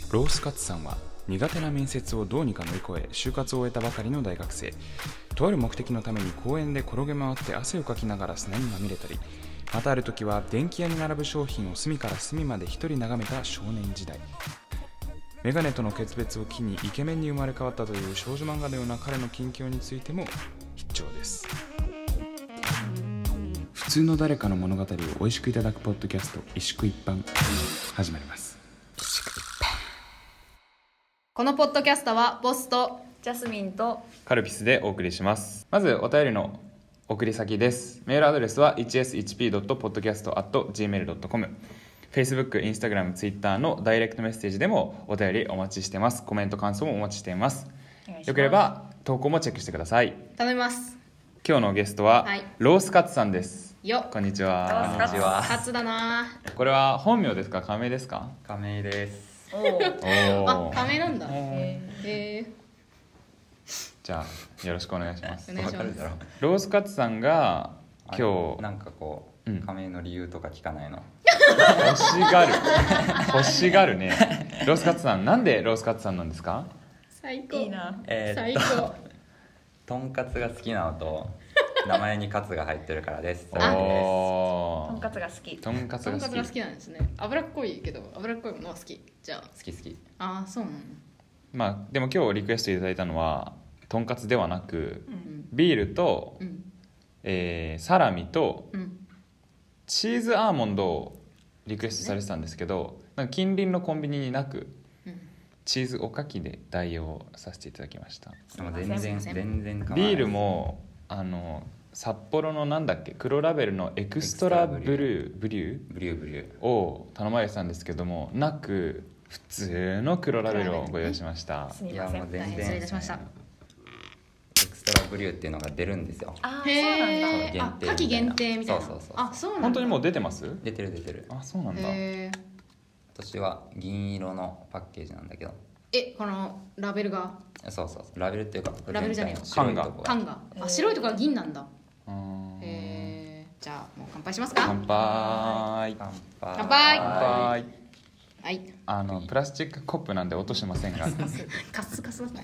ロースカツさんは苦手な面接をどうにか乗り越え就活を終えたばかりの大学生。とある目的のために公園で転げ回って汗をかきながら砂にまみれたり、またある時は電気屋に並ぶ商品を隅から隅まで一人眺めた少年時代。メガネとの決別を機にイケメンに生まれ変わったという少女漫画のような彼の近況についても必聴です。普通の誰かの物語を美味しくいただくポッドキャスト、一宿一飯始まります。 このポッドキャストはボスとジャスミンとカルピスでお送りします。まずお便りの送り先です。メールアドレスは hs1p.podcast@gmail.com、 Facebook、Instagram、Twitter のダイレクトメッセージでもお便りお待ちしてます。コメント感想もお待ちしています。よければ投稿もチェックしてください。 頼みます。 今日のゲストは、 はい、 ロースカツさんです。 よっ、 こんにちは。 こんにちは。 カツだな。 これは本名ですか、仮名ですか？ 仮名です。 あ、仮名なんだ。 じゃあよろしくお願いします。 お願いします。 ロースカツさんが今日なんかこう、仮名の理由とか聞かないの？ 欲しがる欲しがるね。ロースカツさん、なんでロースカツさんなんですか？ 最高。 いいな。 最高。 とんかつが好きなのと名前にカツが入ってるからです。 おとー、 んかつが好き。 とんかつとんが好き。 かつが好きなんですね。脂っこいけど脂っこいものは好き。じゃあ好き。 あー、そうなの。 まあでも今日リクエストいただいたのはとんかつではなく、 うんビールと、サラミとうんチーズアーモンドをリクエストされてたんですけど、なんか近隣のコンビニになく、チーズおかきで代用させていただきました。 でもすいません全然構わない。 ビールも札幌のなんだっけ、黒ラベルのエクストラブリューを頼まれてたんですけども、なく普通の黒ラベルをご用意しました。 すみません。 いやもう全大変失礼いたしました。 エクストラブリューっていうのが出るんですよ。 あー、 へー、あ、 そうなんだ夏季限定みたいな。 そうあ、そうなんだ。 本当にもう出てます？ 出てる。 あ、そうなんだ。 へー、 今年は銀色のパッケージなんだけど。 このラベルがそうラベルっていうかラベルじゃねえよ、 白いとこ缶が、あ、白いところが銀なんだ。 うーん、 じゃあもう乾杯しますか。 乾杯。 乾乾杯はい。 はい。 プラスチックコップなんで音しませんがカスカスだね。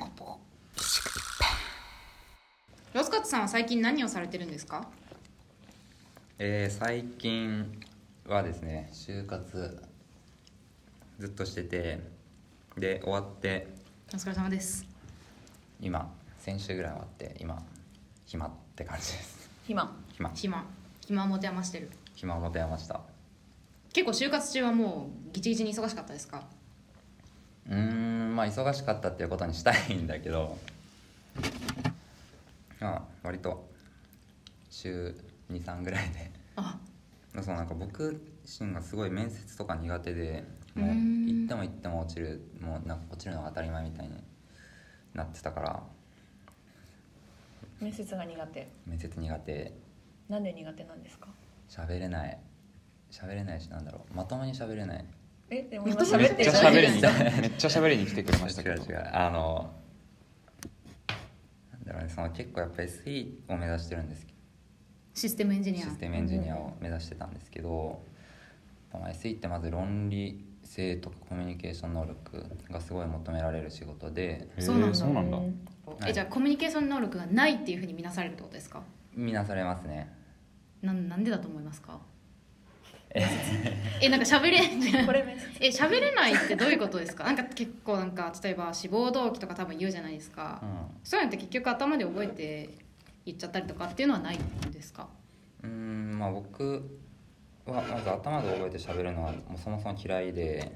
ロスカッツさんは最近何をされてるんですか？ 最近はですね、就活ずっとしてて、で終わってお疲れ様です。 先週ぐらい終わって今暇って感じです。 暇暇を持て余してる。 暇を持て余した。 結構就活中はもうギチギチに忙しかったですか？ まあ忙しかったっていうことにしたいんだけど、割と週 2,3 ぐらいで、 あ、 そうなんか僕自身がすごい面接とか苦手で、もううん行っても落ちる、もうなんか落ちるのが当たり前みたいになってたから、 面接が苦手。 面接苦手。 なんで苦手なんですか？ 喋れないし、なんだろう、まともに喋れない。 でも今めっ喋ってるめっちゃ喋りにめっちゃ喋りに来てくれましたけど。 違うなんだろうね、結構やっぱ SE を目指してるんですけど、 システムエンジニア。 システムエンジニアを目指してたんですけど、SE ってまず論理性とかコミュニケーション能力がすごい求められる仕事で、 そうなんだそうなんだ。 じゃあコミュニケーション能力がないっていうふうに見なされるってことですか？ 見なされますね。 なんでだと思いますか？なんか喋れこれ面接喋れないってどういうことですか？なんか結構なんか例えば志望動機とか多分言うじゃないですか、そういうのって結局頭で覚えて言っちゃったりとかっていうのはないんですか？ まあ僕はまず頭で覚えて喋るのはもうそもそも嫌いで、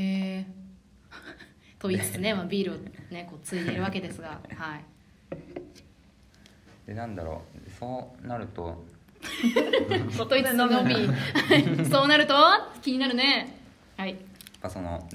と言いつつね、ビールをねこうついでいるわけですが、はい。 でなんだろう、そうなるとと言いつつのみそうなると気になるね。はい。 やっぱ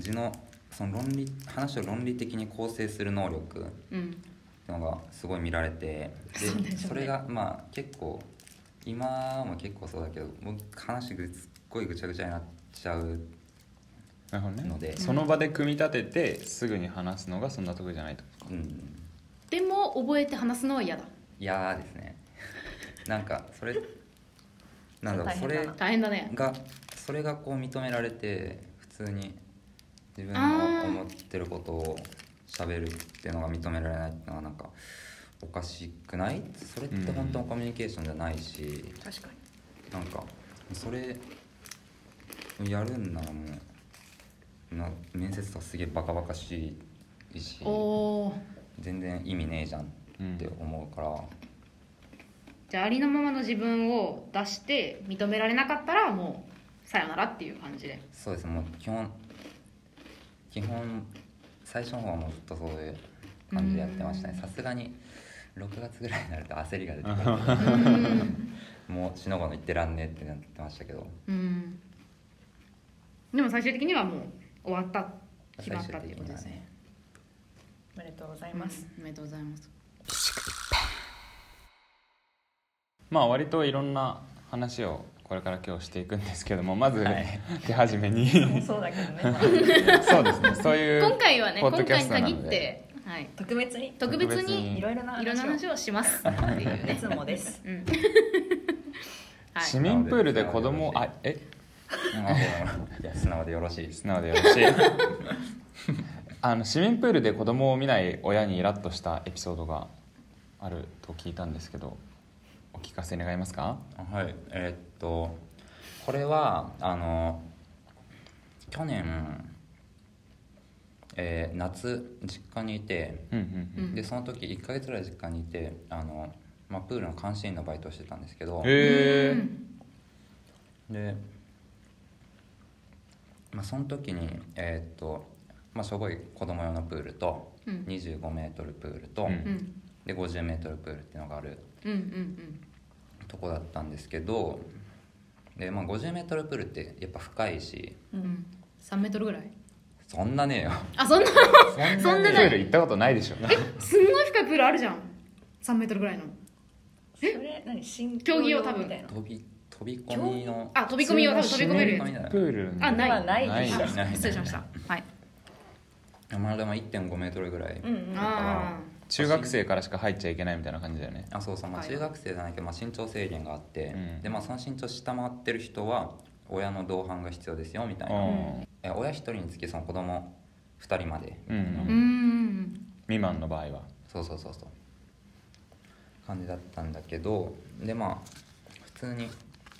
話を論理的に構成する能力っていうのがすごい見られて、それがまあ結構今も結構そうだけど、僕話すっごいぐちゃぐちゃになっちゃうなるほどね。 ので、 その場で組み立ててすぐに話すのがそんな得意じゃないとか。 でも覚えて話すのは嫌だ。 嫌ですね。なんかそれなんだろう、 大変だね。 それがこう認められて普通に自分の思っってることを喋るっていうのが認められないっていうのはなんかおかしくない？それって本当のコミュニケーションじゃないし、 確かになんかそれやるんならもう面接とかすげえバカバカしいし、全然意味ねえじゃんって思うから、 じゃあありのままの自分を出して認められなかったらもうさよならっていう感じで。 そうです。もう基本最初の方はもうずっとそういう感じでやってましたね。さすがに6月ぐらいになると焦りが出てくるもうしのごの言ってらんねえってなってましたけど、 でも最終的にはもう終わった決まったっていうことですね。 おめでとうございます、 おめでとうございます。 まあ割といろんな話をこれから今日していくんですけども、まず手始めにそうだけどねそうですね、そういう今回はね、 ポッ今回にドキャストなので限って、はい、 特別に特別にいろいろな話をしますっていうね。 いつもですはい、 市民プールで子供いや素直でよろしい。 素直でよろしい市民プールで子供を見ない親にイラッとしたエピソードがあると聞いたんですけど、お聞かせ願えますか？ はい、これは去年、夏実家にいて、でその時1ヶ月ぐらい実家にいてプールの監視員のバイトをしてたんですけど、 へえ。 で、その時にしょぼい子供用のプールと、25メートルプールと、で50メートルプールっていうのがあるとこだったんですけど、で、50メートルプールってやっぱ深いし、 3メートルぐらい。 そんなねえよ。 あ、そんなそんなない。 プール行ったことないでしょ。 すんごい深いプールあるじゃん。3メートルぐらいの。 それ何競技用多分みたいな飛び込みの飛び込み用多分飛び込めるやつ。 プールないでしょ。 失礼しました。はい。 でも1.5 メートルぐらい、 中学生からしか入っちゃいけないみたいな感じだよね。 そうそう、中学生じゃないけど、身長制限があって、でその身長下回ってる人は親の同伴が必要ですよみたいな、親1人につきその子供2人まで、 未満の場合はそう感じだったんだけど、で普通に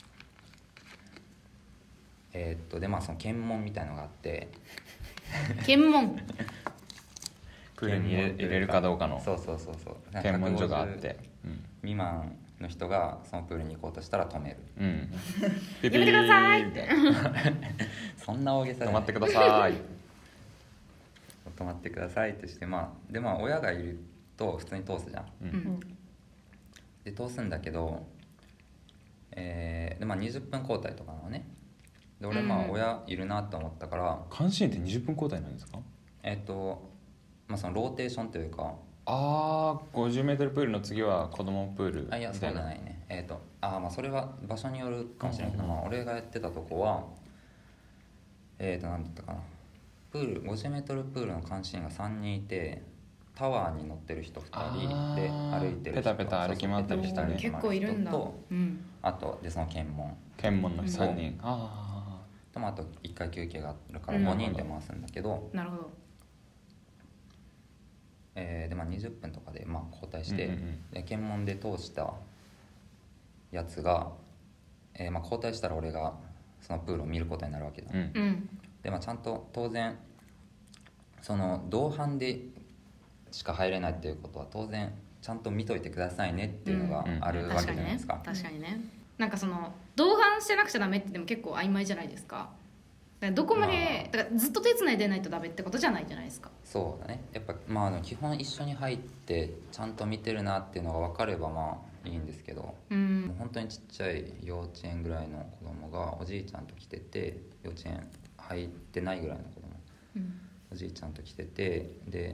でその検問みたいのがあって検問プールに入れるかどうかのそう検問所があって、 未満の人がそのプールに行こうとしたら止める、 ピピーやめてくださいみたいなそんな大げさ止まってください止まってくださいってして、で親がいると普通に通すじゃん、で通すんだけど、で20分交代とかなのね。で俺親いるなと思ったから、 監視員って20分交代なんですか？ そのローテーションというか、 50メートルプールの次は子供プールみたいな。 いやそうじゃないね。それは場所によるかもしれないけど、俺がやってたとこはなんだったかな、プール50メートルプールの監視員が3人いて、タワーに乗ってる人2人で歩いてる人、 ペタペタ歩き回ってる人結構いるんだ。 あとでその検問の3人、 あと1回休憩があるから5人で回すんだけど、 なるほど。 で20分とかで交代して、で検問で通したやつが、交代したら俺がそのプールを見ることになるわけだ、でちゃんと当然その同伴でしか入れないっていうことは当然ちゃんと見といてくださいねっていうのがあるわけじゃないですか。 確かにね。なんかその同伴してなくちゃダメってでも結構曖昧じゃないですか。だからどこまで、だからずっと手つないでないとダメってことじゃないじゃないですか。 そうだね。やっぱ基本一緒に入ってちゃんと見てるなっていうのが分かればいいんですけど、もう本当にちっちゃい幼稚園ぐらいの子供がおじいちゃんと来てて、幼稚園入ってないぐらいの子供、おじいちゃんと来てて、で、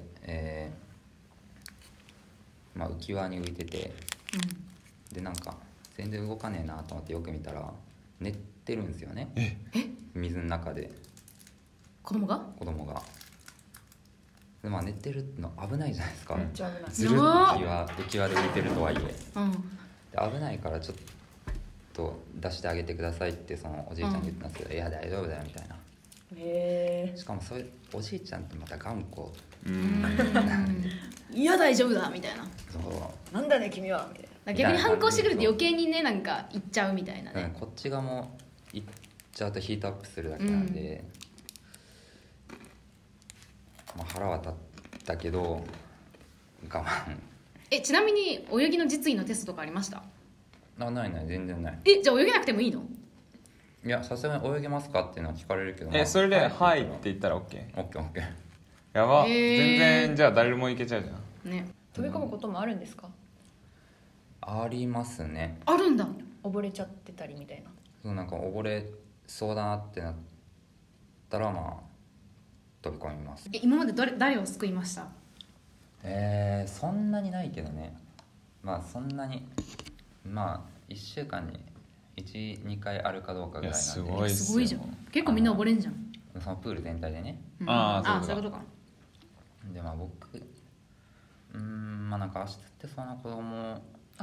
浮き輪に浮いてて、でなんか全然動かねえなと思ってよく見たら寝てるんですよね。水の中で子供がで寝てるの危ないじゃないですか。 めっちゃ危ない。 ずるっ浮き輪で浮いてるとはいえ、で危ないからちょっと出してあげてくださいってそのおじいちゃんに言ったんですけど、いや大丈夫だよみたいな、 しかもそういうおじいちゃんってまた頑固いや大丈夫だみたいな。 そうなんだね君はみたいな。 逆に反抗してくると余計にねなんか言っちゃうみたいなね。 こっち側も行っちゃうとヒートアップするだけなんで、まあ、腹は立ったけど我慢。 ちなみに泳ぎの実技のテストとかありました？ ない全然ない。 じゃあ泳げなくてもいいの？ いやさすがに泳げますかっていうのは聞かれるけど、 それで「はい」って言ったら OK？ OK やば、全然じゃあ誰もいけちゃうじゃんね。 飛び込むこともあるんですか？ ありますね。 あるんだ。 溺れちゃってたりみたいな。 そうなんか溺れそうだなってなったらまあ飛び込みます。 今まで誰を救いました？ そんなにないけどね。まあそんなにまあ1週間に 1,2 回あるかどうかぐらいなんで。 すごいっすよ。 すごいじゃん。結構みんな溺れんじゃん。 そのプール全体でね。 そういうことか。 でまあ僕まあなんか足つってそうな子供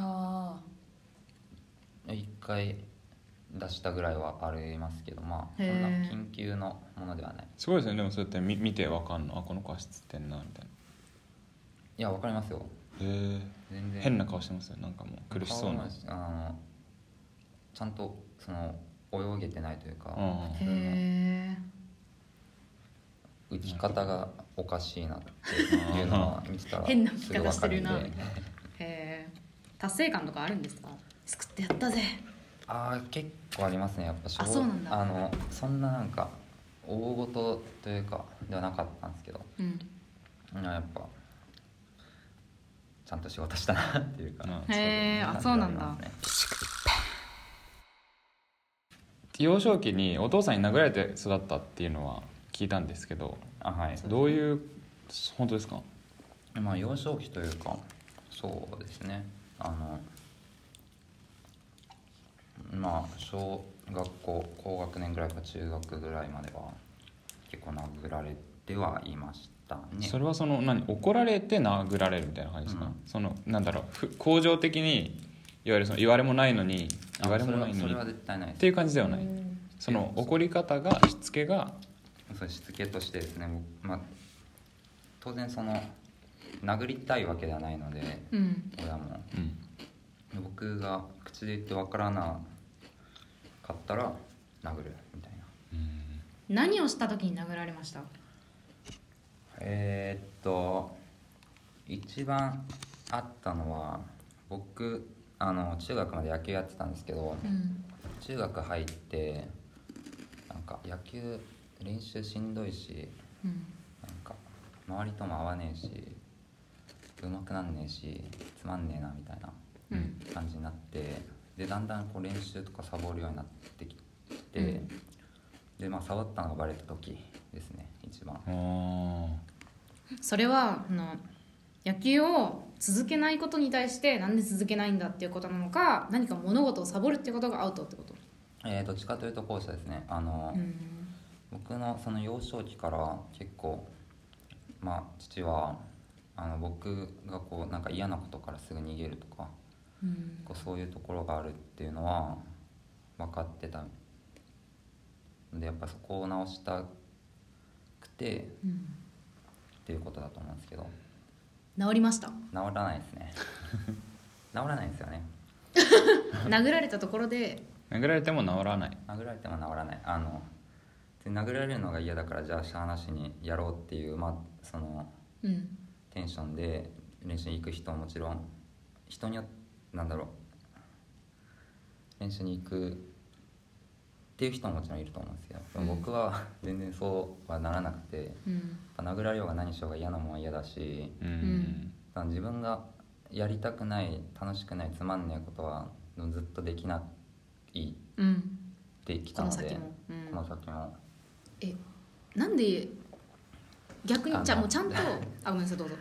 1回出したぐらいはありますけど、まあそんな緊急のものではない。 すごいですね。でもそうやって見てわかんの、あこの子足つってんなみたいな。 いやわかりますよ。 全然変な顔してますよ。なんかもう苦しそうな。 ちゃんとその泳げてないというか、浮き方がおかしいなっていうのは見てたら変な浮き方してるな。達成感とかあるんですか？救ってやったぜ。 結構ありますね。やっぱそうなんだ。 そんななんか大事というかではなかったんですけど、やっぱちゃんと仕事したなっていうか。 そうなんだ。 幼少期にお父さんに殴られて育ったっていうのは聞いたんですけど、どういう本当ですか？ まあ幼少期というかそうですね。まあ小学校高学年ぐらいか中学ぐらいまでは結構殴られてはいましたね。 それは怒られて殴られるみたいな感じですか？なんだろう、恒常的にいわゆる言われもないのにそれは絶対ないですっていう感じではない。その怒り方がしつけがしつけとしてですね。まあ当然殴りたいわけではないので、親も、僕が口で言って分からなかったら殴るみたいな。 何をした時に殴られました？ 一番あったのは僕中学まで野球やってたんですけど、中学入ってなんか野球練習しんどいし、なんか周りとも合わねえし上手くなんねえしつまんねえなみたいな感じになって、でだんだん練習とかサボるようになってきて、でまあサボったのがバレた時ですね一番。 それは野球を続けないことに対してなんで続けないんだっていうことなのか、何か物事をサボるっていうことがアウトってこと？ どっちかというと後者ですね。僕のその幼少期から結構まあ父は僕がなんか嫌なことからすぐ逃げるとか、そういうところがあるっていうのは分かってたんで、やっぱそこを直したくて、っていうことだと思うんですけど。 治りました？ 治らないですね治らないですよね殴られたところで殴られても治らない。 殴られても治らない。殴られるのが嫌だからじゃあしゃあなしにやろうっていう、まあテンションで練習に行く人はもちろん人によって練習に行くっていう人ももちろんいると思うんですけど、僕は全然そうはならなくて、殴られようが何しようが嫌なもんは嫌だし、自分がやりたくない楽しくないつまんないことはずっとできないってきたので、この先も。 なんで逆にじゃあもうちゃんとごめんなさいどうぞ。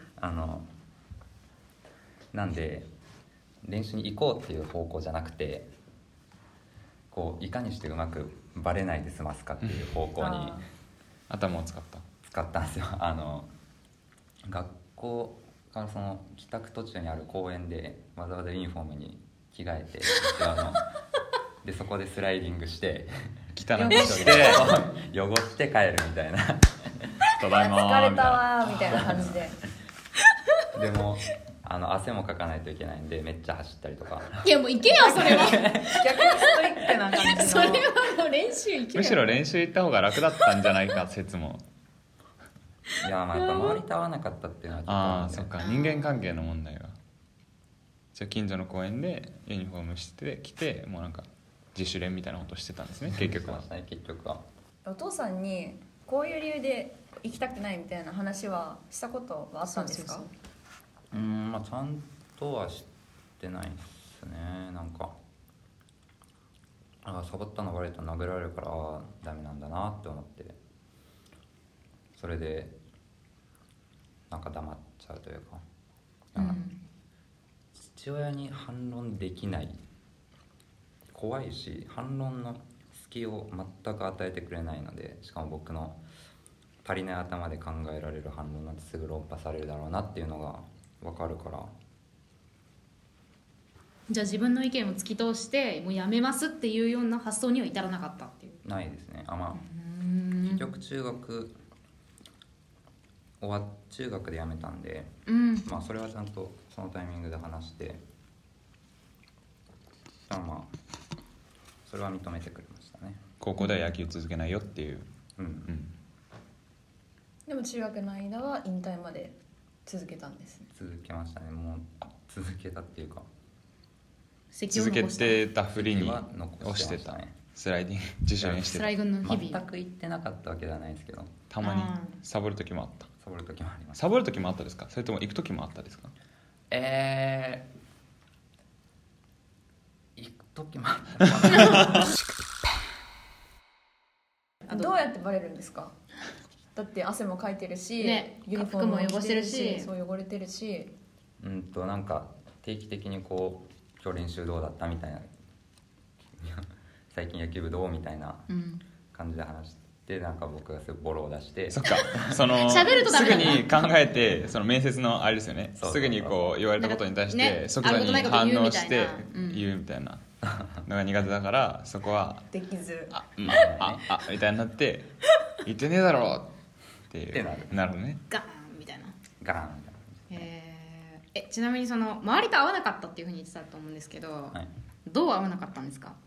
なんで練習に行こうっていう方向じゃなくて、いかにしてうまくバレないで済ますかっていう方向に頭を使ったんですよ。学校から帰宅途中にある公園でわざわざユニフォームに着替えてでそこでスライディングして汚くして汚して帰るみたいなただいま疲れたわーみたいな感じででも汗もかかないといけないんでめっちゃ走ったりとか。 いやもう行けよそれは逆にストイックな感じのそれはもう練習行けよ。 むしろ練習行った方が楽だったんじゃないか説も。 いやまあやっぱ周りと合わなかったっていうのはちょっとああそっか、人間関係の問題が。じゃあ近所の公園でユニフォームしてきてもうなんか自主練みたいなことしてたんですね結局は。 結局はお父さんにこういう理由で行きたくないみたいな話はしたことはあったんですか？ まあちゃんとはしてないですね。なんかサボったのバレたら殴られるからダメなんだなって思って、それでなんか黙っちゃうというか、父親に反論できない、怖いし反論の隙を全く与えてくれないので、しかも僕の足りない頭で考えられる反論なんてすぐ論破されるだろうなっていうのが分かるから。 じゃあ自分の意見を突き通してもうやめますっていうような発想には至らなかったっていう。 ないですね。結局中学で辞めたんで、まあそれはちゃんとそのタイミングで話して、まあそれは認めてくれましたね。 高校では野球続けないよっていう。 でも中学の間は引退まで続けたんですね。 続けましたね。もう続けたっていうか続けてたふりに押してた、スライディング自主練してた。 全く行ってなかったわけではないですけど、 たまにサボる時もあった。 サボる時もあります。 サボる時もあったですか？それとも行く時もあったですか？ 行く時もあったどうやってバレるんですか？だって汗もかいてるし、 ね、 ユニフォームも汚してるし、 そう汚れてるし、 なんか定期的にこう今日練習どうだったみたいな最近野球部どうみたいな感じで話して、なんか僕がすぐボロを出して、 そっかその喋るとダメだな。 すぐに考えてその面接のあれですよね、すぐにこう言われたことに対して即座に反応して言うみたいなのが苦手だから、そこはできずみたいになって言ってねえだろっていうなるほどね。 ガーンみたいな。 ガーンみたいな。 ちなみにその周りと合わなかったっていうふうに言ってたと思うんですけど、どう合わなかったんですか？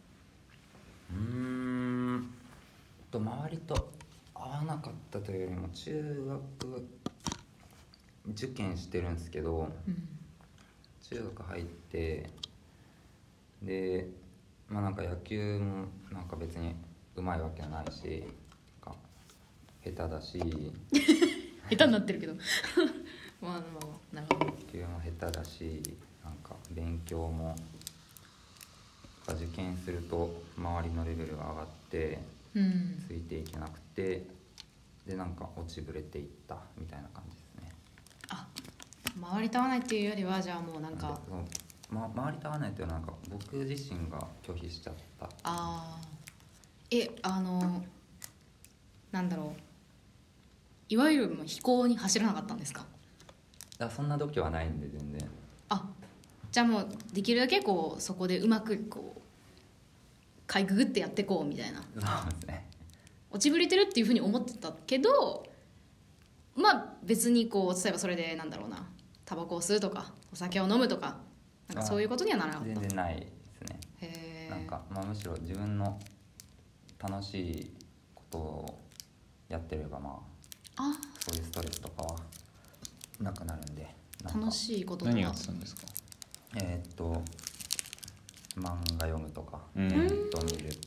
周りと合わなかったというよりも、中学受験してるんですけど、中学入ってでなんか野球もなんか別にうまいわけはないし、下手だし下手になってるけどまあなるほど。 野球も下手だし、なんか勉強も受験すると周りのレベルが上がってついていけなくて、でなんか落ちぶれていったみたいな感じですね。 周りと合わないっていうよりは、じゃあもうなんか周りと合わないっていうのはなんか僕自身が拒否しちゃった。 なんだろう、いわゆるもう非行に走らなかったんですか？ そんな度胸はないんで全然。 じゃあもうできるだけこうそこでうまくこうかいくぐってやってこうみたいな。 そうですね。 落ちぶれてるっていうふうに思ってたけど、まあ別にこう例えばそれでなんだろうな、タバコを吸うとかお酒を飲むとか、なんかそういうことにはならなかった。 全然ないですね。なんかむしろ自分の楽しいことをやってればそういうストレスとかはなくなるんで。 楽しいこと何やってたんですか？ 漫画読むとか、ネット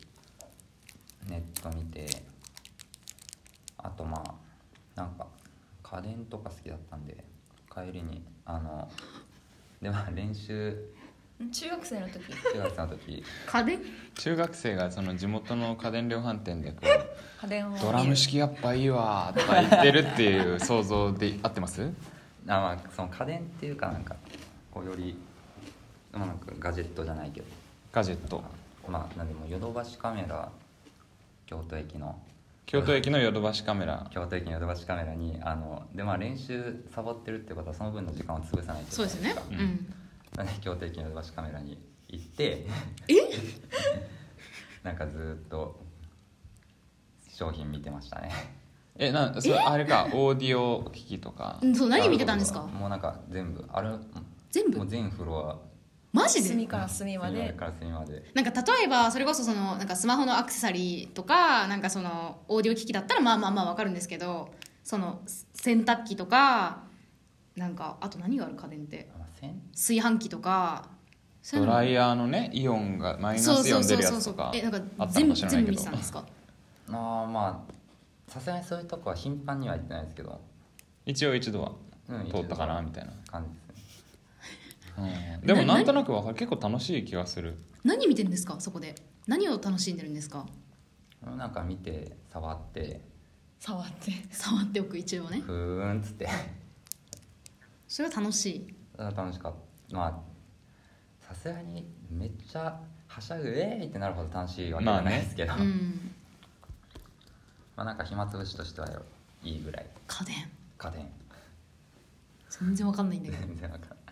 見て、あとなんか家電とか好きだったんで、帰りにで練習中学生の時家電？ 中学生がその地元の家電量販店でこう家電をドラム式やっぱいいわとか言ってるっていう想像で合ってます？ その家電っていうかなんかこうよりなんかガジェットじゃないけどガジェット、 なんでもヨドバシカメラ、京都駅のヨドバシカメラにで練習サボってるってことはその分の時間を潰さないといけないですか。 そうですね。 なんで京都駅のヨドバシカメラに行ってなんかずっと商品見てましたね。 それあれかオーディオ機器とか。 そう、何見てたんですか？ もうなんか全部あれ全部もう全フロアマジで？ 隅から隅まで。 から隅まで。 なんか例えばそれこそそのなんかスマホのアクセサリーとかなんかそのオーディオ機器だったらまあまあまあわかるんですけど、その洗濯機とかなんかあと何がある家電って炊飯器とかそういうのドライヤーのねイオンがマイナスイオン出るやつとかなんかあった全部のか知らないけど見てたんですか？ まあさすがにそういうとこは頻繁には行ってないですけど、 一度は通ったかなみたいな感じですね。 でもなんとなくわかる。結構楽しい気がする。 何見てるんですか？そこで何を楽しんでるんですか？ なんか見て触って触っておく一応ね。 ふーんっつってそれは楽しい。 楽しかった。まあさすがにめっちゃはしゃぐってなるほど楽しいわけじゃないですけど、まあなんか暇つぶしとしてはいいぐらい。 家電全然わかんないんだけど然わかんない。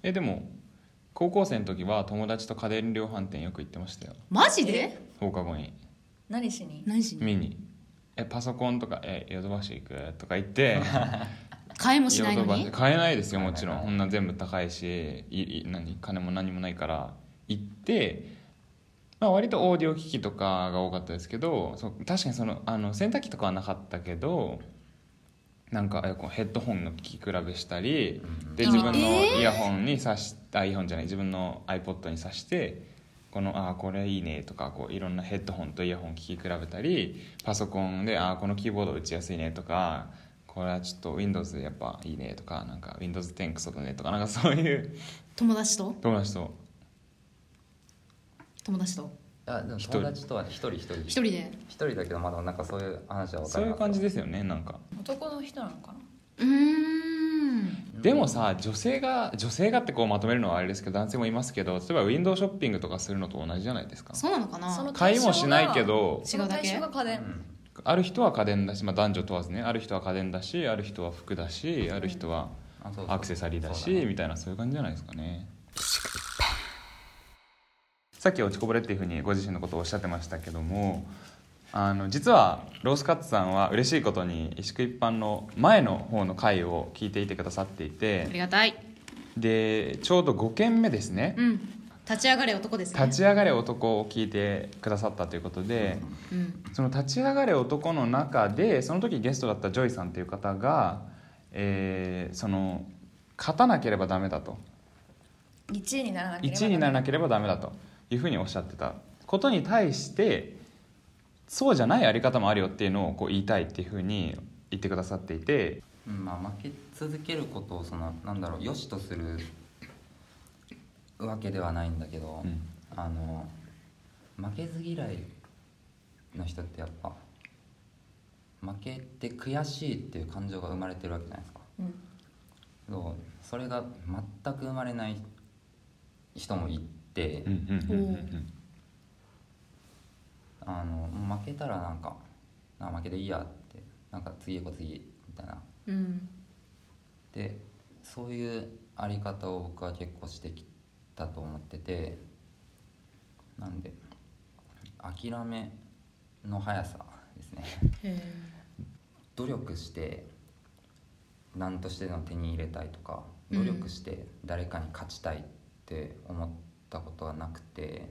でも高校生の時は友達と家電量販店よく行ってましたよ。 マジで？ 放課後に何しに見にパソコンとかヨドバシ行くとか言って買えもしないのに？ 買えないですよもちろん。こんな全部高いし金も何もないから行って、まあ、割とオーディオ機器とかが多かったですけど、確かに洗濯機とかはなかったけどなんかヘッドホンの聴き比べしたりで自分のイヤホンに挿したイヤホンじゃない自分の iPod に挿してこれいいねとかいろんなヘッドホンとイヤホン聴き比べたり、パソコンでこのキーボード打ちやすいねとかこれはちょっと Windows やっぱいいねとかなんか Windows 10クソだねとかなんかそういう友達と友達とでも友達とは一人だけどまだなんかそういう話は分かります。 そういう感じですよね。なんか男の人なのかな。 でもさ女性がってまとめるのはあれですけど男性もいますけど、例えばウィンドウショッピングとかするのと同じじゃないですか。 そうなのかな。 買いもしないけどその対象が家電、 ある人は家電だし、男女問わずね、ある人は家電だしある人は服だしある人はアクセサリーだしみたいなそういう感じじゃないですかね。さっき落ちこぼれっていうふうにご自身のことをおっしゃってましたけども、実はロースカッツさんは嬉しいことに萎縮一般の前の方の回を聞いていてくださっていて、 ありがたい。 でちょうど5件目ですね、 立ち上がれ男ですね。 立ち上がれ男を聞いてくださったということで、その立ち上がれ男の中でその時ゲストだったジョイさんという方が、勝たなければダメだと、 1位にならなければダメだというふうにおっしゃってたことに対して、そうじゃないあり方もあるよっていうのを言いたいっていうふうに言ってくださっていて、 負け続けることを良しとするわけではないんだけど、負けず嫌いの人ってやっぱ負けて悔しいっていう感情が生まれてるわけじゃないですか、それが全く生まれない人もいて、負けたら負けでいいやって次行こう次みたいな、でそういうあり方を僕は結構してきたと思ってて、なんで諦めの速さですね。努力して何としてでも手に入れたいとか、努力して誰かに勝ちたいって思ったことはなくて、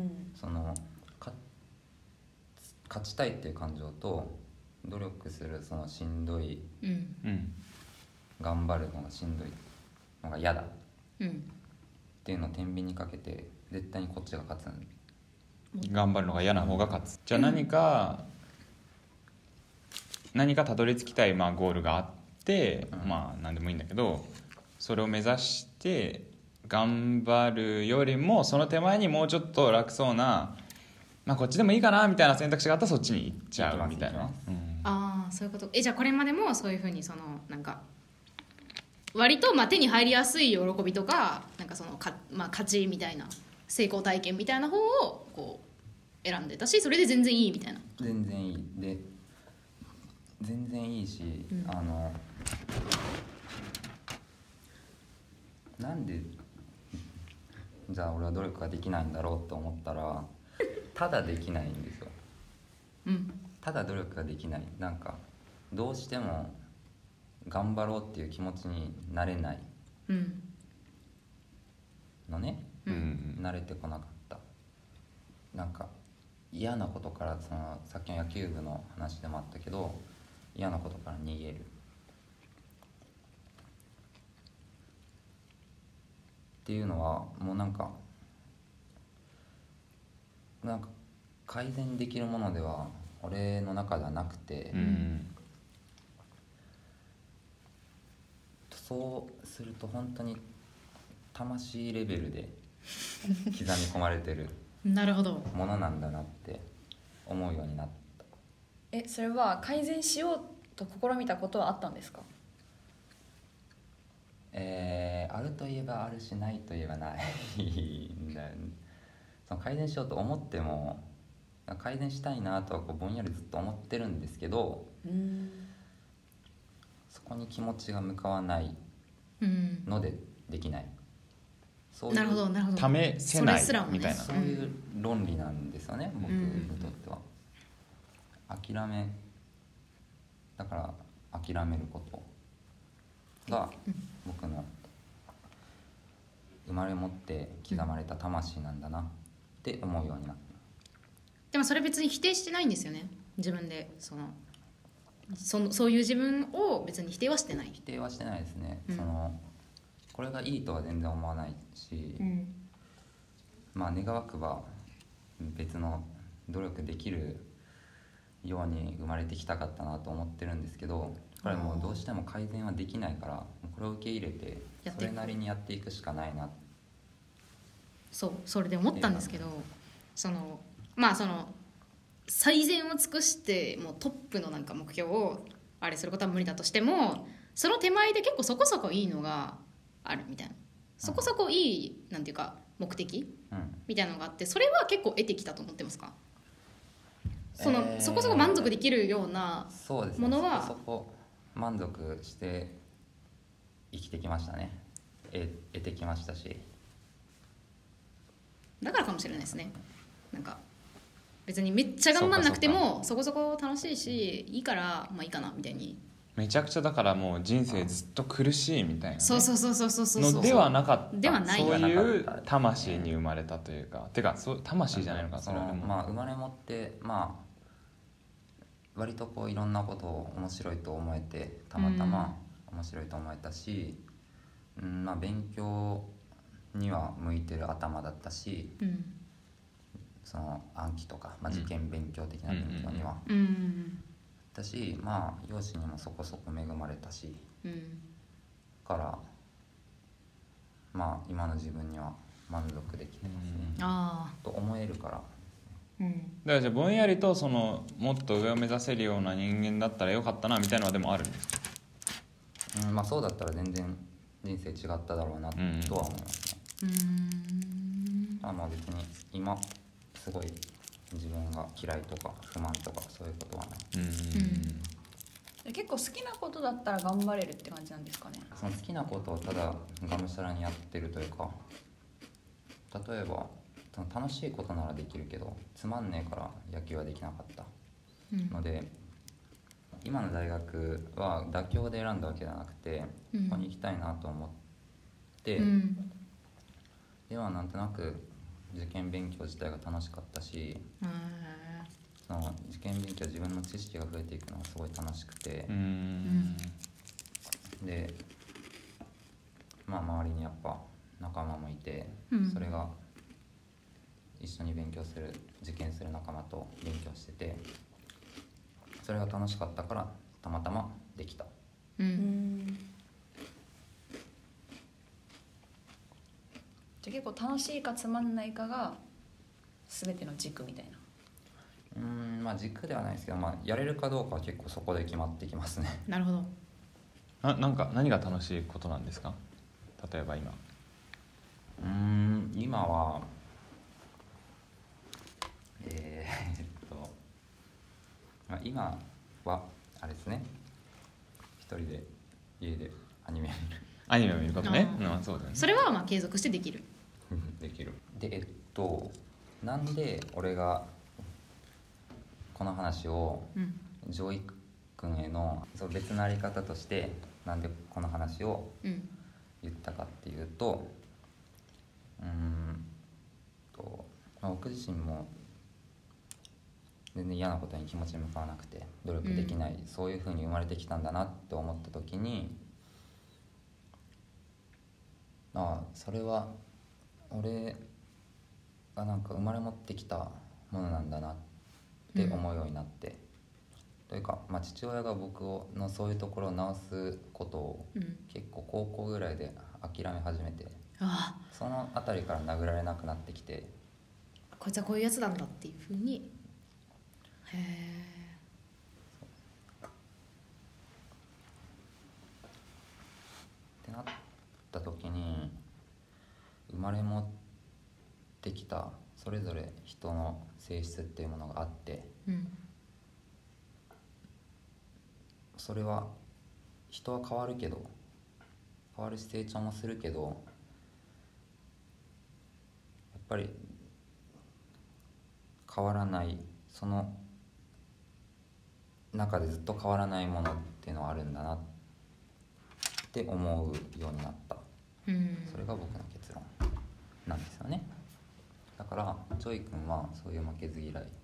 勝ちたいっていう感情と努力するしんどい、頑張るのがしんどいのが嫌だっていうのを天秤にかけて絶対にこっちが勝つんで、 頑張るのが嫌な方が勝つ。じゃあ何かたどり着きたいゴールがあって、何でもいいんだけどそれを目指して頑張るよりもその手前にもうちょっと楽そうな、こっちでもいいかなみたいな選択肢があったらそっちに行っちゃうみたいな。 ああそういうこと。じゃあこれまでもそういうふうに割と手に入りやすい喜びとか勝ちみたいな成功体験みたいな方を選んでたし、それで全然いいみたいな。 全然いいで全然いいし、なんでじゃあ俺は努力ができないんだろうと思ったらただできないんですよ。 ただ努力ができない、なんかどうしても頑張ろうっていう気持ちになれないうんのね、 うん慣れてこなかった。なんか嫌なことから、そのさっきの野球部の話でもあったけど、嫌なことから逃げるっていうのはもうなんか改善できるものでは俺の中ではなくて、 うんそうすると本当に魂レベルで刻み込まれてるなるほど。 ものなんだなって思うようになった。 それは改善しようと試みたことはあったんですか？ あるといえばあるし、ないといえばないんだよね。その改善しようと思っても改善したいなとはこうぼんやりずっと思ってるんですけど、そこに気持ちが向かわないうんのでできない、そういうなるほどなるほど。 試せないそれすらもねみたいなそういう論理なんですよね、僕にとっては。諦めだから諦めることが僕の生まれ持って刻まれた魂なんだなって思うようになった。 でもそれ別に否定してないんですよね、自分で。そういう自分を別に否定はしてない。 否定はしてないですね、 うんこれがいいとは全然思わないし、まあ願わくば別の努力できるように生まれてきたかったなと思ってるんですけど、これもうどうしても改善はできないから、これを受け入れてやっていくそれなりにやっていくしかないな。 それで思ったんですけど、まあ最善を尽くしてもうトップのなんか目標をあれすることは無理だとしても、その手前で結構そこそこいいのがあるみたいな、そこそこいいなんていうか目的うんみたいなのがあって、それは結構得てきたと思ってますか？そこそこ満足できるようなそうですね、 ものはそこそこ満足して生きてきましたね。得てきましたし、 だからかもしれないですね。なんか別にめっちゃ頑張んなくてもそこそこ楽しいしいいからまあいいかなみたいに。 めちゃくちゃだからもう人生ずっと苦しいみたいなね、 そうのではなかった。 ではないそういう魂に生まれたというか、てか魂じゃないのか、 そのまあ生まれ持ってまあ割とこういろんなことを面白いと思えて、たまたま面白いと思えたし、まあ勉強には向いてる頭だったし、その暗記とか、まあ、受験勉強的な勉強にはだし、まあ容姿にもそこそこ恵まれたし、からまあ今の自分には満足できてますね、と思えるから。 だからじゃあぼんやりともっと上を目指せるような人間だったらよかったなみたいなのはでもあるんですか？ まあそうだったら全然人生違っただろうなとは思いますね。まあ別に今すごい自分が嫌いとか不満とかそういうことはない。 結構好きなことだったら頑張れるって感じなんですかね？ その好きなことをただがむしゃらにやってるというか、例えばその楽しいことならできるけどつまんねえから野球はできなかったので、今の大学は妥協で選んだわけじゃなくて、ここに行きたいなと思って、ではなんとなく受験勉強自体が楽しかったし、その受験勉強自分の知識が増えていくのがすごい楽しくて、でまあ周りにやっぱ仲間もいて、それが一緒に勉強する受験する仲間と勉強してて、それが楽しかったからたまたまできた。 じゃあ結構楽しいかつまんないかが全ての軸みたいな。 まあ軸ではないですけど、まあ、やれるかどうかは結構そこで決まってきますね。 なるほど。 なんか何が楽しいことなんですか？例えば今今はまあ、今はあれですね、一人で家でアニメアニメを見ることね。そうだよね。 それはまあ継続してできる。 できる。でなんで俺がここの話をジョイ君へのそう別のあり方としてなんでこの話を言ったかっていうと、僕自身も全然嫌なことに気持ち向かわなくて努力できない、そういう風に生まれてきたんだなって思った時に、それは俺がなんか生まれ持ってきたものなんだなって思うようになって、というか、父親が僕のそういうところを直すことを結構高校ぐらいで諦め始めて、そのあたりから殴られなくなってきて、 こいつはこういうやつなんだっていうふうに。へえ。 ってなった時に生まれ持ってきたそれぞれ人の性質っていうものがあって、それは人は変わるけど変わるし成長もするけど、やっぱり変わらない、その中でずっと変わらないものっていうのはあるんだなって思うようになった、それが僕の結論なんですよね。だからジョイ君はそういう負けず嫌い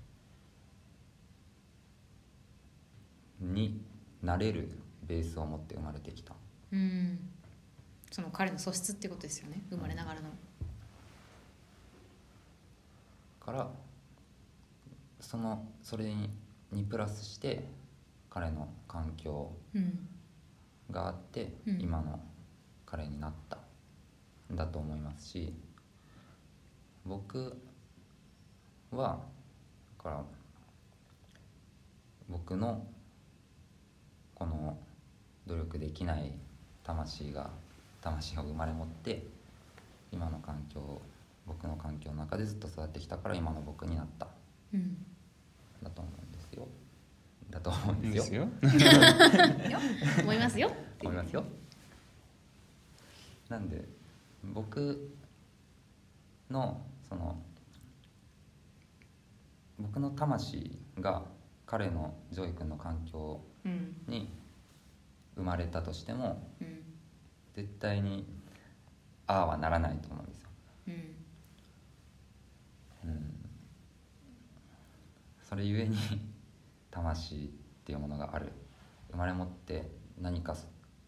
になれるベースを持って生まれてきた。 その彼の素質ってことですよね、生まれながらの。 からそれにプラスして彼の環境があって、今の彼になったんだと思いますし、僕はだから僕のこの努力できない魂が生まれ持って今の環境、僕の環境の中でずっと育ってきたから今の僕になった、だと思うんですよ。だと思うんですよ。 思いますよ。 思いますよ。なんで僕の僕の魂が彼のジョイ君の環境に生まれたとしても、絶対にああはならないと思うんですよ。それゆえに魂っていうものがある。生まれ持って何か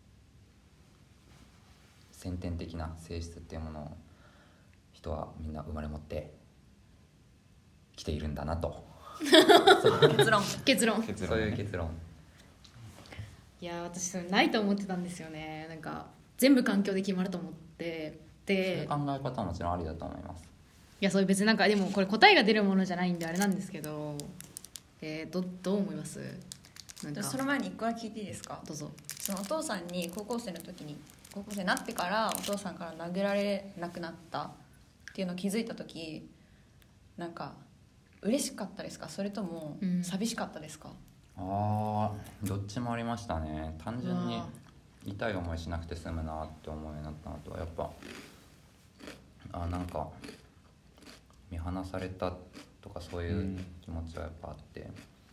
先天的な性質っていうものを人はみんな生まれ持ってきているんだなと結論そういう結論。 いや私それないと思ってたんですよね。なんか全部環境で決まると思ってで、 そういう考え方はもちろんありだと思います。 いやそういう別になんかでもこれ答えが出るものじゃないんであれなんですけど、どう思います？なんかその前に一個だけ聞いていいですか？ どうぞ。 そのお父さんに高校生になってからお父さんから殴られなくなったっていうのを気づいた時、なんか嬉しかったですか、それとも寂しかったですか？ どっちもありましたね。単純に痛い思いしなくて済むなって思うようになったのと、やっぱなんか見放されたとかそういう気持ちはやっぱあって、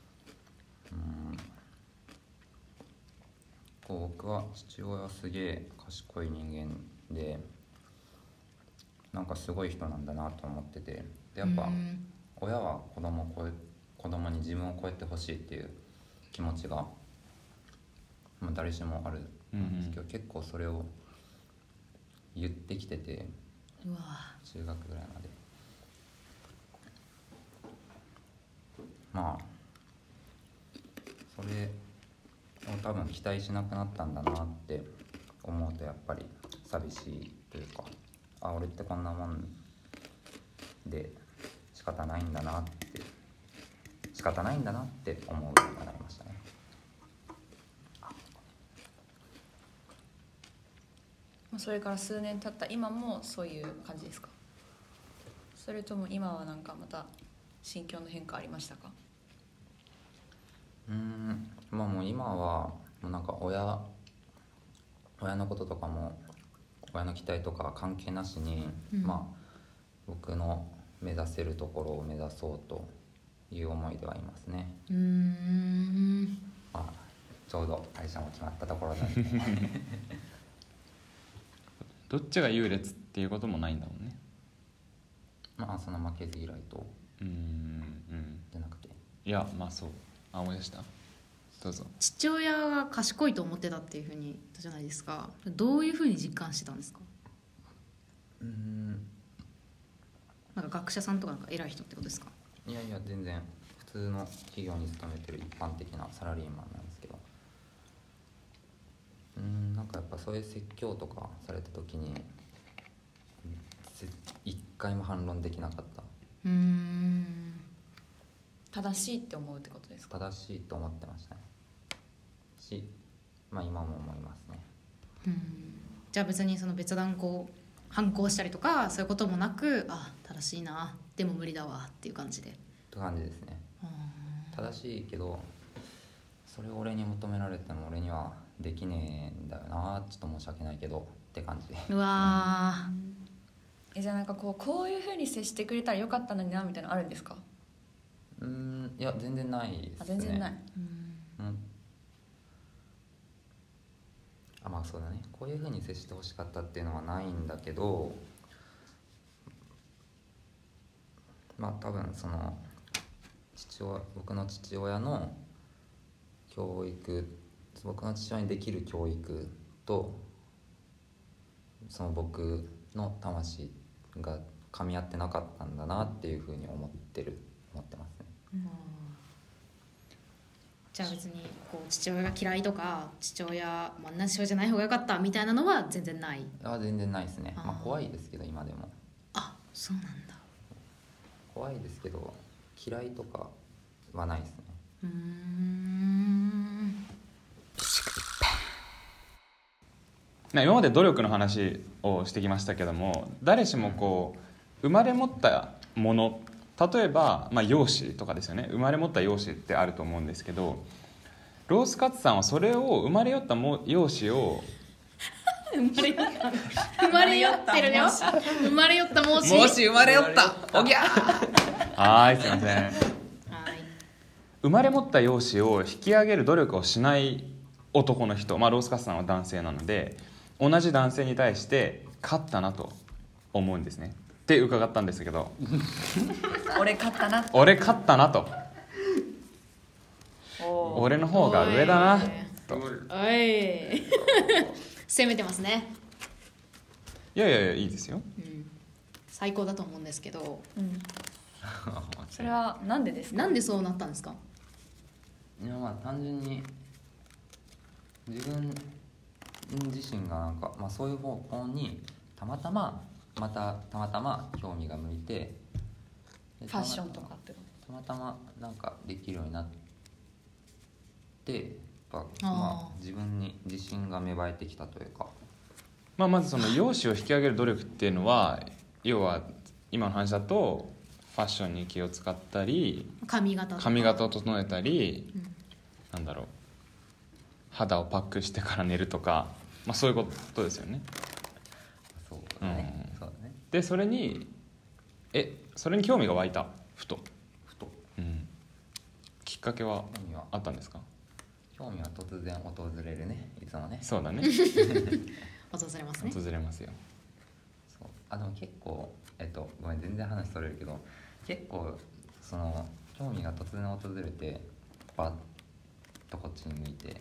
僕は父親はすげえ賢い人間でなんかすごい人なんだなと思ってて、でやっぱ親は子供に自分を超えてほしいっていう気持ちが、誰しもあるんですけど、結構それを言ってきてて、中学ぐらいまでそれを多分期待しなくなったんだなって思うとやっぱり寂しいというか、俺ってこんなもんで仕方ないんだなって思うようになりましたね。 それから数年経った今もそういう感じですか？それとも今はなんかまた心境の変化ありましたか？ もう今はもうなんか親のこととかも親の期待とか関係なしに、僕の目指せるところを目指そうという思いではいますね。まあ、ちょうど会社も決まったところなんでどっちが優劣っていうこともないんだもんね。 まあその負けず嫌いとじゃなくて、 いやまあそう、思い出した。どうぞ。 父親が賢いと思ってたっていうふうに言ったじゃないですか。どういうふうに実感してたんですか？なんか学者さんとかなんか偉い人ってことですか？ いやいや全然普通の企業に勤めてる一般的なサラリーマンなんですけど、なんかやっぱそういう説教とかされた時に一回も反論できなかった。 正しいって思うってことですか？ 正しいと思ってましたねし、まあ今も思いますね。 じゃあ別にその別段こう反抗したりとかそういうこともなく、あ、正しいな、でも無理だわっていう感じでって感じですね。正しいけどそれを俺に求められても俺にはできねえんだよな、ちょっと申し訳ないけどって感じで。 うわじゃあなんかこういうふうに接してくれたらよかったのになみたいなのあるんですか？ いや全然ないですね。 全然ない。 まあそうだね、こういうふうに接してほしかったっていうのはないんだけど、まあ多分その僕の父親の教育、僕の父親にできる教育とその僕の魂が噛み合ってなかったんだなっていうふうに思ってますね。 じゃあ別にこう父親が嫌いとか父親、同じ父親じゃない方が良かったみたいなのは全然ない？ 全然ないですね。まあ怖いですけど今でも。 そうなんだ。 怖いですけど嫌いとかはないですね。 今まで努力の話をしてきましたけども、誰しもこう生まれ持ったもの、例えば、容姿とかですよね。生まれ持った容姿ってあると思うんですけど、ロースカツさんはそれを生まれ持った容姿を生まれ寄ってるよ。生まれ寄った申し生まれ寄ったおぎゃーはいすいません。生まれ持った容姿を引き上げる努力をしない男の人、ロースカツさんは男性なので、同じ男性に対して勝ったなと思うんですねって伺ったんですけど俺勝ったなと俺の方が上だなと。 おい攻めてますね。 いやいいですよ、 最高だと思うんですけど、 それはなんでですか？ なんでそうなったんですか？ いや単純に自分自身がなんか、そういう方向にたまたま興味が向いて、 ファッションとかってたまたまなんかできるようになって、自分に自信が芽生えてきたというか、 まずその容姿を引き上げる努力っていうのは、要は今の話だとファッションに気を使ったり髪型を整えたり、なんだろう、肌をパックしてから寝るとか、そういうことですよね。 そうだね。 でそれに興味が湧いた、ふと、きっかけはあったんですか？ 興味は突然訪れるね、いつもね。 訪そうだねれますね。 訪れますよ。 そうでも結構ごめん全然話それるけど、結構その興味が突然訪れてバッとこっちに向いて、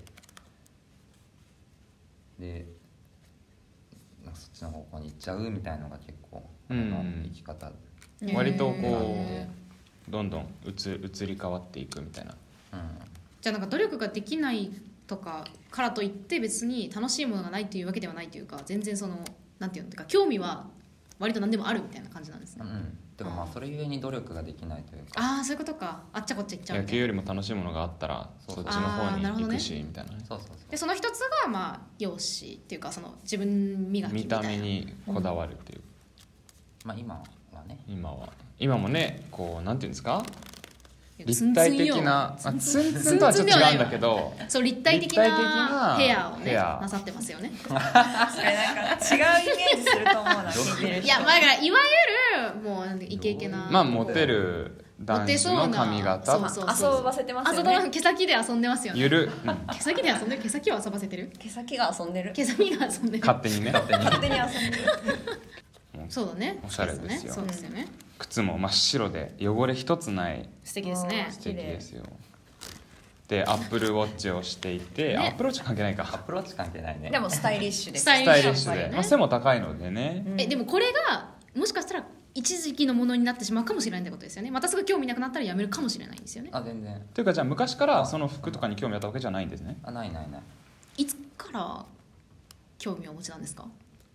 でそっちの方向に行っちゃうみたいのが結構俺の生き方、 割とこうどんどん移り変わっていくみたいな。 じゃあなんか努力ができないとかからといって別に楽しいものがないというわけではないというか、全然そのなんていうのか、興味は割と何でもあるみたいな感じなんですね。 でもそれゆえに努力ができないというか。 そういうことか。あっちゃこっちゃ行っちゃうみたいな。 野球よりも楽しいものがあったらそっちの方に行くし、みたいなね。 でその一つが容姿っていうか、その自分磨きみたいな、 見た目にこだわるっていう、 今はね、 今もね、こうなんていうんですか、立体的なツンツンとはちょっと違うんだけど、 そう立体的なヘアをねなさってますよね。 それなんか違うイメージすると思うな、聞いてる人。 いやだからいわゆるもうイケイケな、 モテる男子の髪型そうそうそう遊ばせてますあそよね。 う毛先で遊んでますよね。 ゆる、 毛先で遊んでる。毛先を遊ばせてる。 毛先が遊んでる。 毛先が遊んでる。 勝手にね勝手に遊んでる。 そうだね。 おしゃれですよそうですよね。 靴も真っ白で汚れ一つない素敵ですね。 素敵ですよ。でアップルウォッチをしていて、アップルウォッチ関係ないか。 アプローチ関係ないね。 でもスタイリッシュです。 スタイスタイリッシュで、 やっぱりねまあ、背も高いのでね、 でもこれがもしかしたら一時期のものになってしまうかもしれないってことですよね。またすぐ興味なくなったらやめるかもしれないんですよね。 あ、全然。 というかじゃあ昔からその服とかに興味あったわけじゃないんですね。 あ、ないないない。 いつから興味をお持ちなんですか？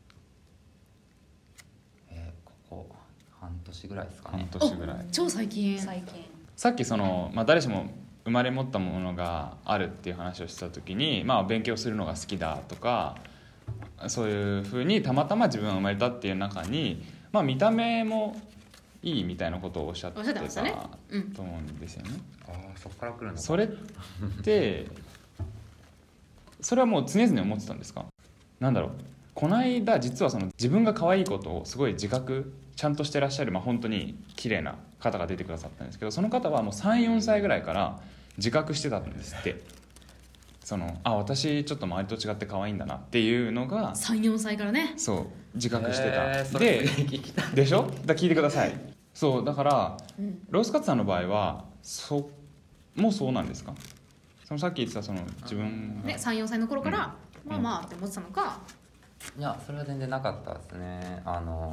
ここ半年ぐらいですか半ね。 年ぐらい。 超最近。 最近。 さっきその、まあ、誰しも生まれ持ったものがあるっていう話をしてた時に、まあ、勉強するのが好きだとかそういうふうにたまたま自分が生まれたっていう中に、まあ、見た目もいいみたいなことをおっしゃっておっしゃってましたねと思うんですよね。 ああ、そこから来るのか。 それってそれはもう常々思ってたんですか？なんだろう、この間実はその自分が可愛いことをすごい自覚ちゃんとしてらっしゃる、まあ、本当に綺麗な方が出てくださったんですけど、その方はもう 3,4 歳ぐらいから自覚してたんですって。その私ちょっと周りと違って可愛いんだなっていうのが 3、4歳からね。 そう自覚してた、 それで聞きたい。 でしょ。だ聞いてください。そうだから、ロースカツさんの場合はもうそうなんですか？そのさっき言ってたその自分が、 ね、3、4歳の頃から、まあまあって思ってたのか。 いや、それは全然なかったですね。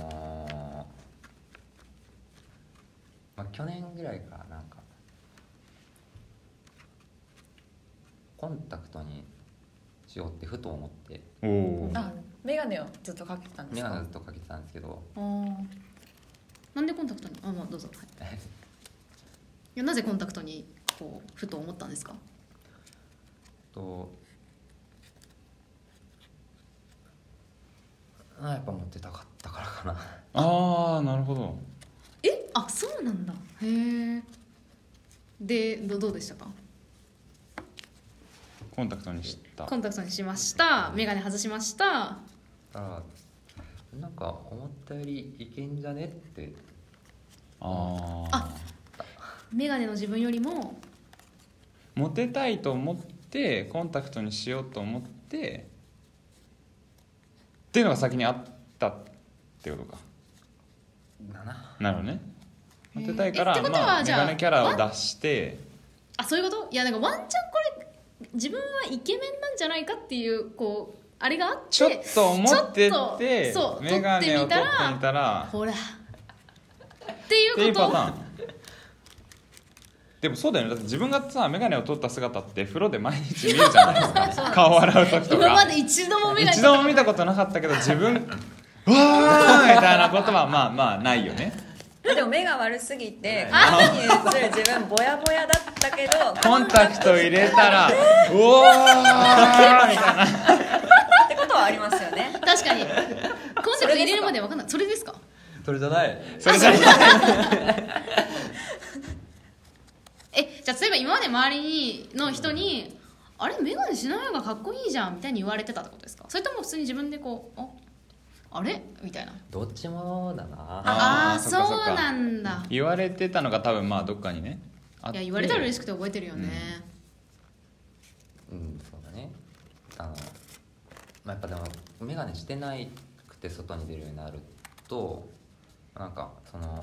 まあ、去年ぐらいからなんかコンタクトにしようってふと思って、 おおあ、メガネをずっとかけてたんです眼か？ 鏡ずっとかけてたんですけど、 なんでコンタクトにまあどうぞ、はい、いやなぜコンタクトにこうふと思ったんですか？ やっぱ持ってたかったからかな。 ああなるほど。 あ、そうなんだ。へえ。でどうでしたか？ コンタクトにした。 コンタクトにしました。メガネ外しました。 だからなんか思ったよりいけんじゃねって。 あメガネの自分よりもモテたいと思ってコンタクトにしようと思ってっていうのが先にあったってことか。なるほどね。モテたいから、 ってことはまあ、メじゃあガネキャラを出して、 そういうこと？いやなんかワンチャンこれ自分はイケメンなんじじゃないかっていうこうあれがあってちょっと思ってちょってとそうメガネを取ってみたらほらっていっていううことをパターン。でもそうだよね。だって自分がさメガネを取った姿って風呂で毎日見るじゃないですか顔を洗う時と今まかで一度もメガネ一度も見たことなかったけど自分うわーみたいなことはまあまあないよね。 でも目が悪すぎて鏡に映る自分ぼやぼやだったけどコンタクト入れたらうおーみたいなってことはありますよね。 確かにコンタクト入れるまで分かんないそれですかそれじゃない。 それじゃないじゃあ例えば今まで周りの人にあれメガネしない方がかっこいいじゃんみたいに言われてたってことですか？それとも普通に自分でこうあれみたいな。 どっちもだな。 そあーそっかそっかうなんだ。 言われてたのが多分まあどっかにねあっていや言われたら嬉しくて覚えてるよね、 うんそうだね。まあ、やっぱでも眼鏡してないくて外に出るようになるとなんかその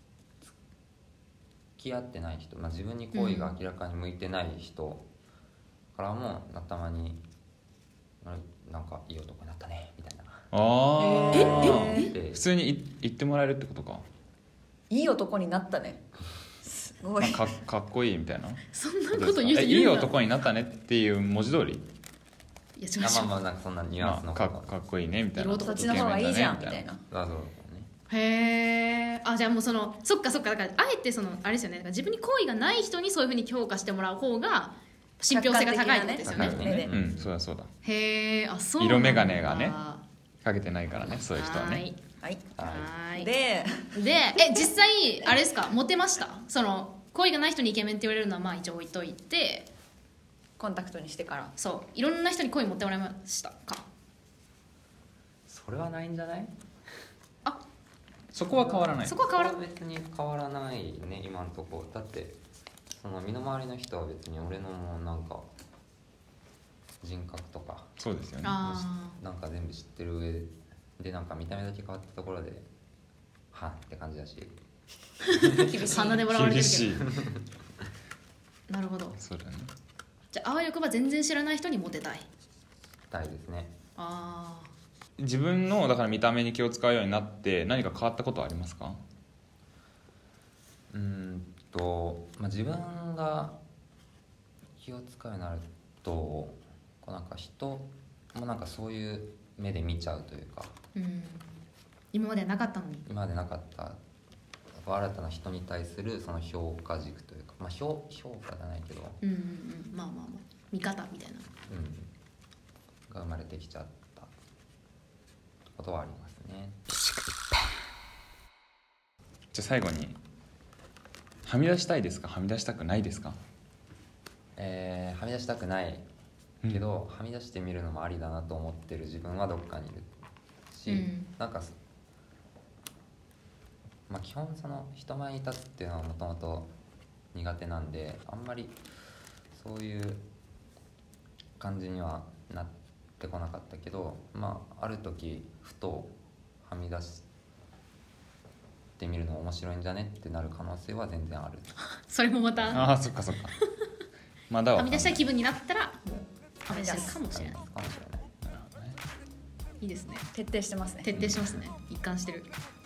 付き合ってない人、まあ、自分に好意が明らかに向いてない人からもたまになんかいい男になったねみたいなあーで普通に言ってもらえるってことか。 いい男になったね。すごい。 かっこいいみたいなそんなこと言う人いいいるんだ。 男になったねっていう文字通り、 いや違う違う、 まあまあなんかそんなニュアンスのかっこいいねみたいな、 色男そっちの方がいいじゃんみイケメンだねたいな。 あそうね。 へえ。じゃあもうそのそっかだからあえてそのあれですよね、だから自分に好意がない人にそういうふうに評価してもらう方が信憑性が高いってことですよね。 客観的なねうんそうだそうだ。 へえ。そうなんだ。 色眼鏡がねかけてないからねそういう人はね。 はい。 はーい。 で、 実際あれですかモテました？その好意がない人にイケメンって言われるのはまあ一応置いといて、 コンタクトにしてからそういろんな人に好意持ってもらいましたか？ それはないんじゃない？ そこは変わらない。 そこは変わらん。 別に変わらないね今のとこ。だってその身の回りの人は別に俺のもうなんか人格とかそうですよね。 なんか全部知ってる上でなんか見た目だけ変わったところではんって感じだし厳しい。鼻で笑われてるけど。 厳しい。 なるほど。 そうだね。 じゃああわよくば全然知らない人にモテたい。 たいですね。 ああ。 自分のだから見た目に気を使うようになって何か変わったことはありますか？ 自分が気を使うようになるとこうなんか人もなんかそういう目で見ちゃうというか、 今まではなかったのに。 今までなかった新たな人に対するその評価軸というか、評価じゃないけど、 まあ見方みたいな、 が生まれてきちゃったことはありますね。 じゃあ最後にはみ出したいですか、はみ出したくないですか？ はみ出したくないけど、はみ出してみるのもありだなと思ってる自分はどっかにいるし、なんか基本その人前に立つっていうのはもともと苦手なんであんまりそういう感じにはなってこなかったけど、ある時ふとはみ出してみるの面白いんじゃねってなる可能性は全然ある。 それもまたああそっかそっかまだはみ出したい気分になったらもうはみ出してるかもしれない。 かもしれない。 いいですね。 徹底してますね。 徹底してますね。一貫してる。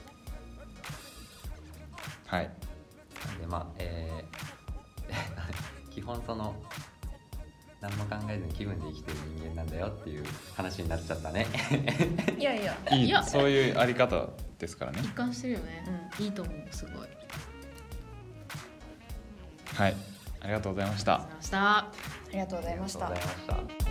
はい。 なんで基本その何も考えずに気分で生きてる人間なんだよっていう話になっちゃったねいやいやいいそういうあり方ですからね。 一貫してるよね、いいと思う。すごい。 はい、ありがとうございました。 ありがとうございました。 ありがとうございました。